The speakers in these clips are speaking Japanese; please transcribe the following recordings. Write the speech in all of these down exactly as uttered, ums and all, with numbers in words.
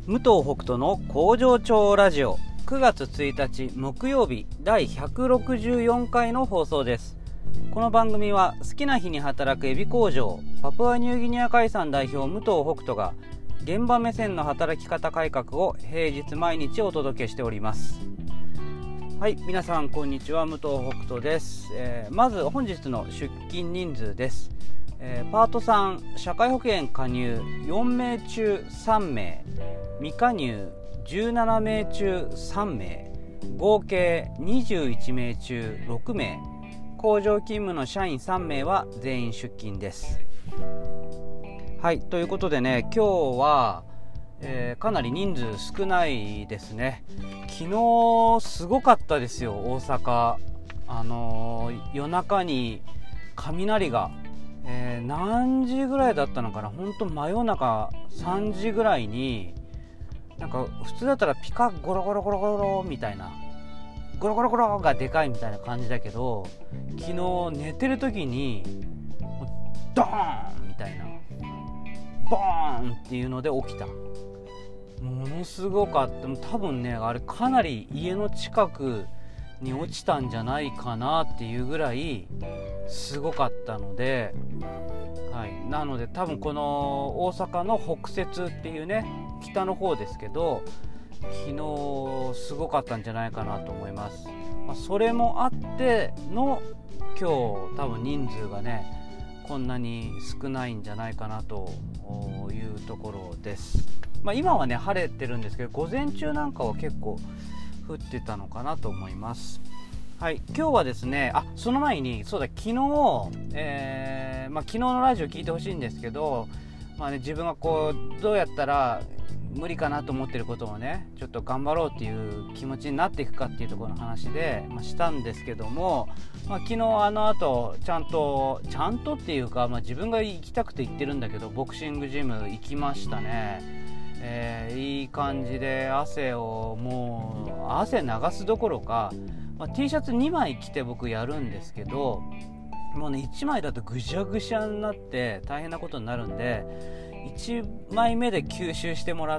武藤北斗の工場長ラジオくがつついたち木曜日だいひゃくろくじゅうよんかいの放送です。この番組は好きな日に働くエビ工場パプアニューギニア海産代表武藤北斗が現場目線の働き方改革を平日毎日お届けしております。はい、皆さんこんにちは、武藤北斗です。えー、まず本日の出勤人数です。えー、パートさん社会保険加入よんめい中さんめい、未加入じゅうななめい中さんめい、合計にじゅういちめい中ろくめい、工場勤務の社員さんめいは全員出勤です。はい、ということでね、今日は、えー、かなり人数少ないですね。昨日すごかったですよ、大阪。あのー、夜中に雷が、えー、何時ぐらいだったのかな、本当真夜中さんじぐらいに、なんか普通だったらピカゴロゴロゴロゴロみたいな、ゴロゴロゴロがでかいみたいな感じだけど、昨日寝てる時にドーンみたいな、ボーンっていうので起きた。ものすごかった。多分ね、あれかなり家の近くに落ちたんじゃないかなっていうぐらいすごかったので、はい、なので多分この大阪の北摂っていうね、北の方ですけど、昨日すごかったんじゃないかなと思います。まあ、それもあっての今日多分人数がねこんなに少ないんじゃないかなというところです。まあ、今はね晴れてるんですけど、午前中なんかは結構降ってたのかなと思います。はい、今日はですね、あ、その前に、そうだ、昨日、えーまあ、昨日のラジオ聞いてほしいんですけど、まあね、自分がこうどうやったら無理かなと思ってることをね、ちょっと頑張ろうっていう気持ちになっていくかっていうところの話で、まあ、したんですけども、まあ、昨日あの後ちゃんとちゃんとっていうか、まあ、自分が行きたくて行ってるんだけど、ボクシングジム行きましたね。えー、いい感じで汗をもう汗流すどころか、まあ、T シャツにまい着て僕やるんですけど、もうねいちまいだとぐしゃぐしゃになって大変なことになるんで、いちまいめで吸収してもらって、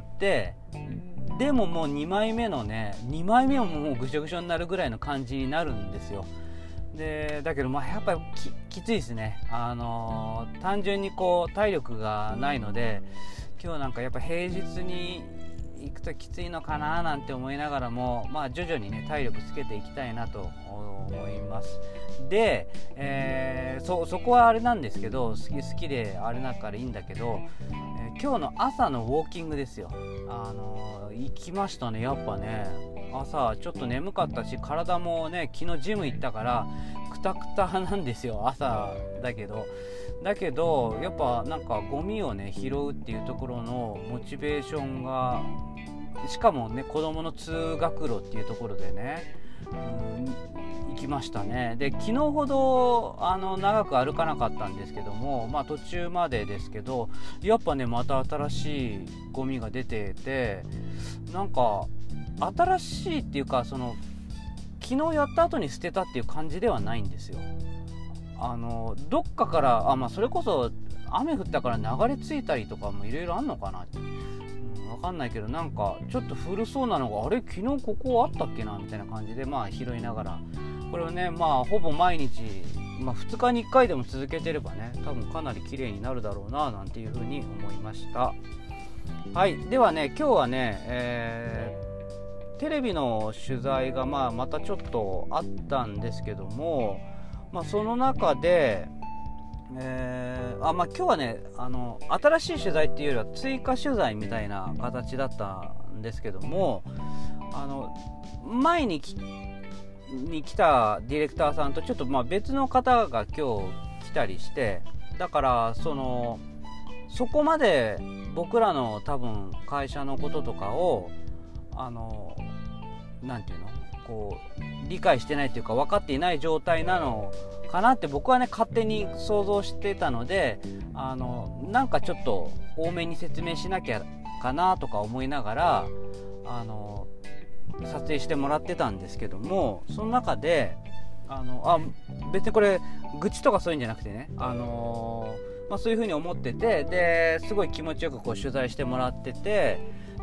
でももうにまいめのねにまいめももうぐしゃぐしゃになるぐらいの感じになるんですよ。でだけどまあやっぱり き, きついですね。あのー、単純にこう体力がないので、今日なんかやっぱ平日に行くときついのかななんて思いながらも、まあ徐々にね体力つけていきたいなと思います。で、えー、そ, そこはあれなんですけど、好き好きであれだからいいんだけど、えー、今日の朝のウォーキングですよ。あのー、行きましたね。やっぱね朝ちょっと眠かったし、体もね昨日ジム行ったからクタクタなんですよ、朝だけどだけどやっぱなんかゴミをね拾うっていうところのモチベーションが、しかもね子供の通学路っていうところでね、うん、行きましたね。で昨日ほどあの長く歩かなかったんですけども、まあ途中までですけど、やっぱねまた新しいゴミが出てて、なんか新しいっていうか、その昨日やった後に捨てたっていう感じではないんですよ。あのどっかからあ、まあ、それこそ雨降ったから流れ着いたりとかもいろいろあんのかなって、うん、分かんないけど、なんかちょっと古そうなのが、あれ昨日ここあったっけなみたいな感じで、まあ拾いながら、これをねまあほぼ毎日、まあ、ふつかにいっかいでも続けてればね多分かなり綺麗になるだろうななんていうふうに思いました。はい、ではね今日はね、えー、テレビの取材がまあまたちょっとあったんですけども、まあ、その中で、えーあまあ、今日はねあの新しい取材っていうよりは追加取材みたいな形だったんですけども、あの前に き, に来たディレクターさんとちょっとまあ別の方が今日来たりして、だからそのそこまで僕らの多分会社のこととかをあのなんていうのこう理解してないというか分かっていない状態なのかなって僕はね勝手に想像してたので、あのなんかちょっと多めに説明しなきゃかなとか思いながらあの撮影してもらってたんですけども、その中であのあ別にこれ愚痴とかそういうんじゃなくてね、あのまあ、そういう風に思ってて、ですごい気持ちよくこう取材してもらってて、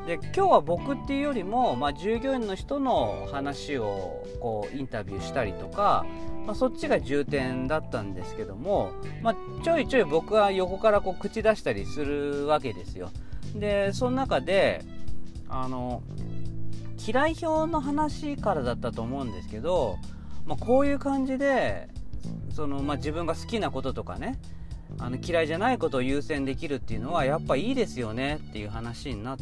で今日は僕っていうよりも、まあ、従業員の人の話をこうインタビューしたりとか、まあ、そっちが重点だったんですけども、まあ、ちょいちょい僕は横からこう口出したりするわけですよ。でその中であの嫌い表の話からだったと思うんですけど、まあ、こういう感じでその、まあ、自分が好きなこととかね、あの嫌いじゃないことを優先できるっていうのはやっぱいいですよねっていう話になって、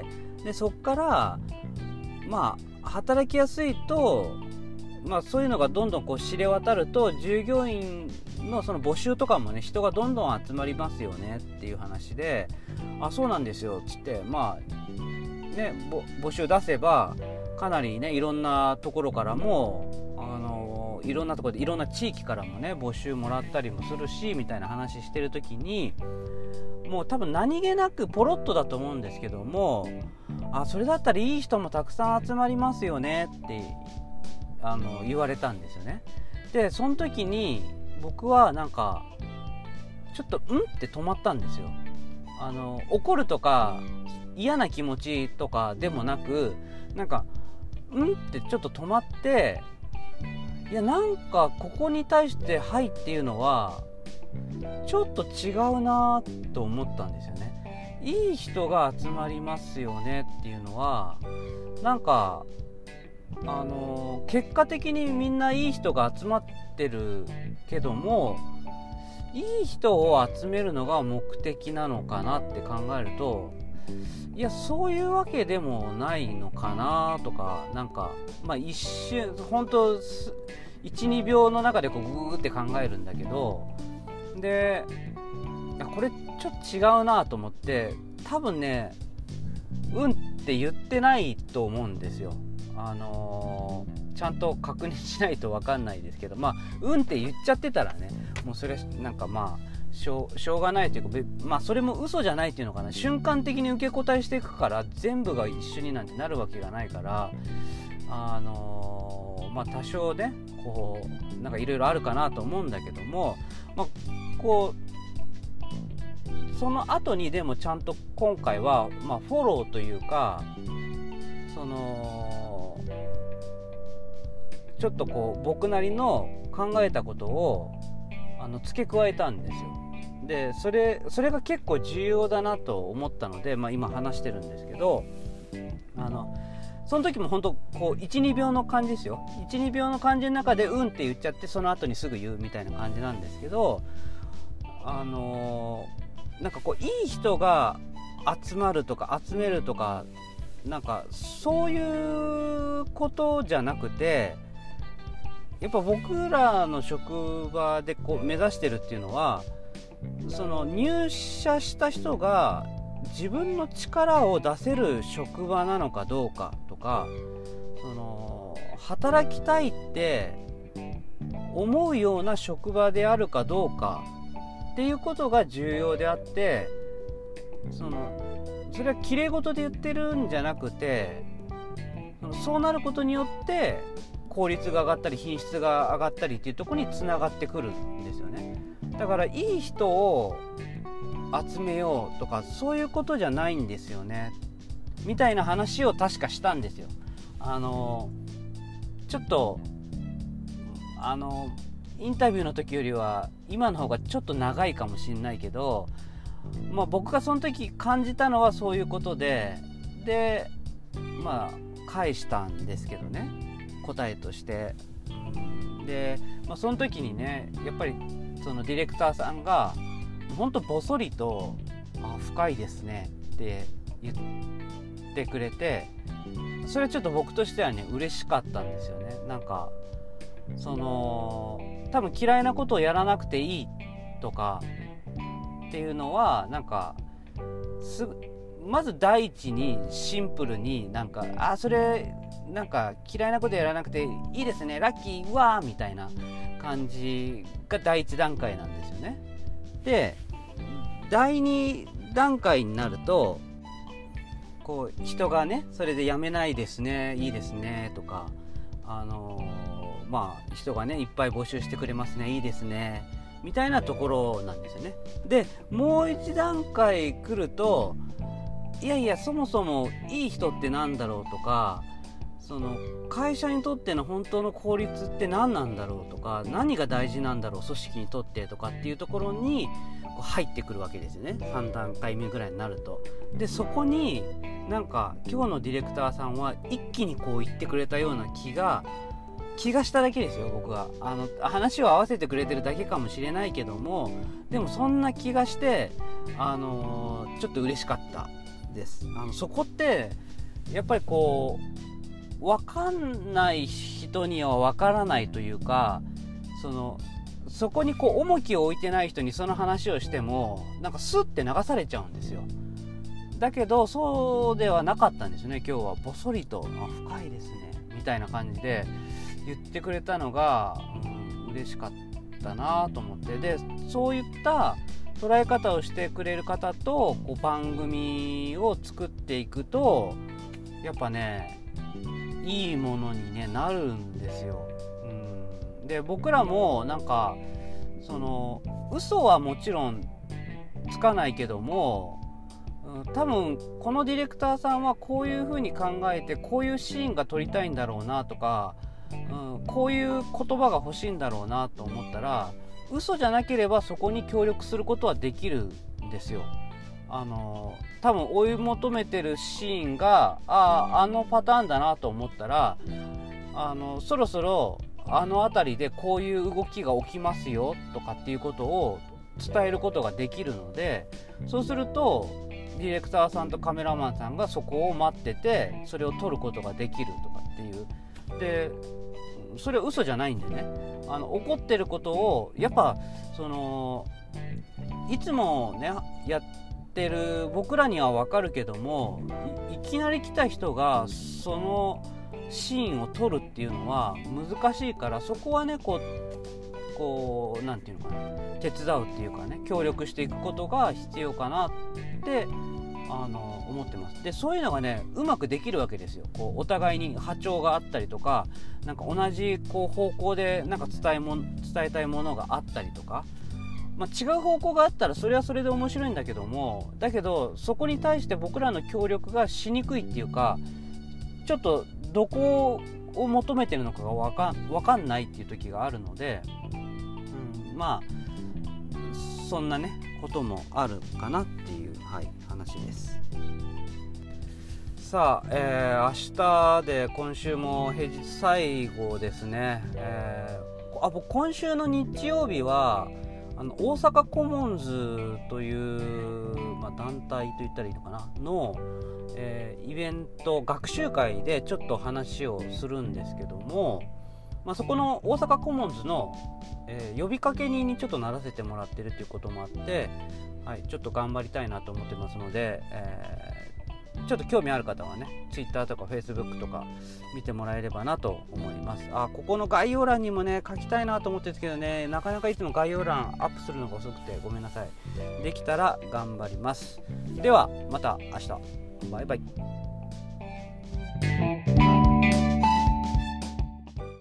でそっからまあ働きやすいと、まあ、そういうのがどんどんこう知れ渡ると従業員のその募集とかもね人がどんどん集まりますよねっていう話で、あそうなんですよっつって、まあね募集出せばかなりねいろんなところからもあのいろんなところでいろんな地域からもね募集もらったりもするしみたいな話してる時に、もう多分何気なくポロッとだと思うんですけども、あそれだったらいい人もたくさん集まりますよねってあの言われたんですよね。でその時に僕はなんかちょっとうんって止まったんですよ。あの怒るとか嫌な気持ちとかでもなく、なんかうんってちょっと止まって、いやなんかここに対してはいっていうのはちょっと違うなと思ったんですよね。いい人が集まりますよねっていうのはなんかあの結果的にみんないい人が集まってるけども、いい人を集めるのが目的なのかなって考えると、いやそういうわけでもないのかなとか、なんかまあ一瞬本当 いちにびょうの中でこうグーって考えるんだけど、でこれちょっと違うなと思って、多分ねうんって言ってないと思うんですよ。あのー、ちゃんと確認しないと分かんないですけど、まあうんって言っちゃってたらねもうそれなんかまあしょう、しょうがないというか、まあそれも嘘じゃないっていうのかな、瞬間的に受け答えしていくから全部が一緒になんてなるわけがないから、あのー、まあ多少ねこうなんかいろいろあるかなと思うんだけども、まあこうその後にでもちゃんと今回はまあフォローというか、そのちょっとこう僕なりの考えたことをあの付け加えたんですよ。でそれそれが結構重要だなと思ったので、まあ、今話してるんですけど、あのその時も本当こう いちにびょうの感じですよ。 いちにびょうの感じの中でうんって言っちゃってその後にすぐ言うみたいな感じなんですけど、あのー、なんかこういい人が集まるとか集めるとかなんかそういうことじゃなくて、やっぱ僕らの職場でこう目指してるっていうのは、その入社した人が自分の力を出せる職場なのかどうかとか、その働きたいって思うような職場であるかどうかっていうことが重要であって、そのそれは綺麗事で言ってるんじゃなくて、そうなることによって効率が上がったり品質が上がったりっていうところにつながってくるんですよね。だからいい人を集めようとかそういうことじゃないんですよねみたいな話を確かしたんですよ。あのちょっとあのインタビューの時よりは今の方がちょっと長いかもしれないけど、まあ、僕がその時感じたのはそういうことで、でまあ返したんですけどね、答えとして。で、まあ、その時にねやっぱりそのディレクターさんがほんとぼそりとあ深いですねって言ってくれて、それはちょっと僕としてはね嬉しかったんですよね。なんかその多分嫌いなことをやらなくていいとかっていうのはなんかすまず第一にシンプルになんかあそれなんか嫌いなことやらなくていいですねラッキーわーみたいな感じが第一段階なんですよね。で第二段階になるとこう人がねそれでやめないですねいいですねとか、あのー、まあ人がねいっぱい募集してくれますねいいですねみたいなところなんですよね。でもう一段階来るといやいやそもそもいい人ってなんだろうとか、その会社にとっての本当の効率って何なんだろうとか、何が大事なんだろう組織にとってとかっていうところにこう入ってくるわけですよね、さん段階目ぐらいになると。でそこになんか今日のディレクターさんは一気にこう言ってくれたような気が気がしただけですよ。僕はあの話を合わせてくれてるだけかもしれないけども、でもそんな気がして、あのー、ちょっと嬉しかったです。あのそこってやっぱりこう分かんない人には分からないというか、そのそこにこう重きを置いてない人にその話をしてもなんかスッて流されちゃうんですよ。だけどそうではなかったんですね。今日はぼそりとあ深いですねみたいな感じで言ってくれたのが、うん、嬉しかったなと思って、でそういった捉え方をしてくれる方とこう番組を作っていくとやっぱねいいものに、ね、なるんですよ。うん、で僕らもなんかその嘘はもちろんつかないけども、うん、多分このディレクターさんはこういう風に考えてこういうシーンが撮りたいんだろうなとか、うん、こういう言葉が欲しいんだろうなと思ったら嘘じゃなければそこに協力することはできるんですよ。あの多分追い求めてるシーンがああのパターンだなと思ったら、あのそろそろあの辺りでこういう動きが起きますよとかっていうことを伝えることができるので、そうするとディレクターさんとカメラマンさんがそこを待っててそれを撮ることができるとかっていう、でそれは嘘じゃないんでね、あの怒ってることをやっぱそのいつもねやってる僕らには分かるけども い, いきなり来た人がそのシーンを撮るっていうのは難しいから、そこはねこうこうなんていうのかな、手伝うっていうかね協力していくことが必要かなってあの思ってます。でそういうのがねうまくできるわけですよ。こうお互いに波長があったりとか、なんか同じこう方向でなんか伝えも伝えたいものがあったりとか、まあ、違う方向があったらそれはそれで面白いんだけども、だけどそこに対して僕らの協力がしにくいっていうか、ちょっとどこを求めてるのかが分かん、分かんないっていう時があるので、うん、まあそんなねこともあるかなっていう、はい、話です。さあ、えー、明日で今週も平日最後ですね。えー、あ僕今週の日曜日はあの大阪コモンズという、まあ、団体と言ったらいいのかなの、えー、イベント学習会でちょっと話をするんですけども、まあ、そこの大阪コモンズの、えー、呼びかけ人にちょっとならせてもらってるということもあって、はい、ちょっと頑張りたいなと思ってますので、えーちょっと興味ある方はね Twitter とか Facebook とか見てもらえればなと思います。あ、ここの概要欄にもね書きたいなと思ってるんですけどね、なかなかいつも概要欄アップするのが遅くてごめんなさい。できたら頑張ります。ではまた明日、バイバイ。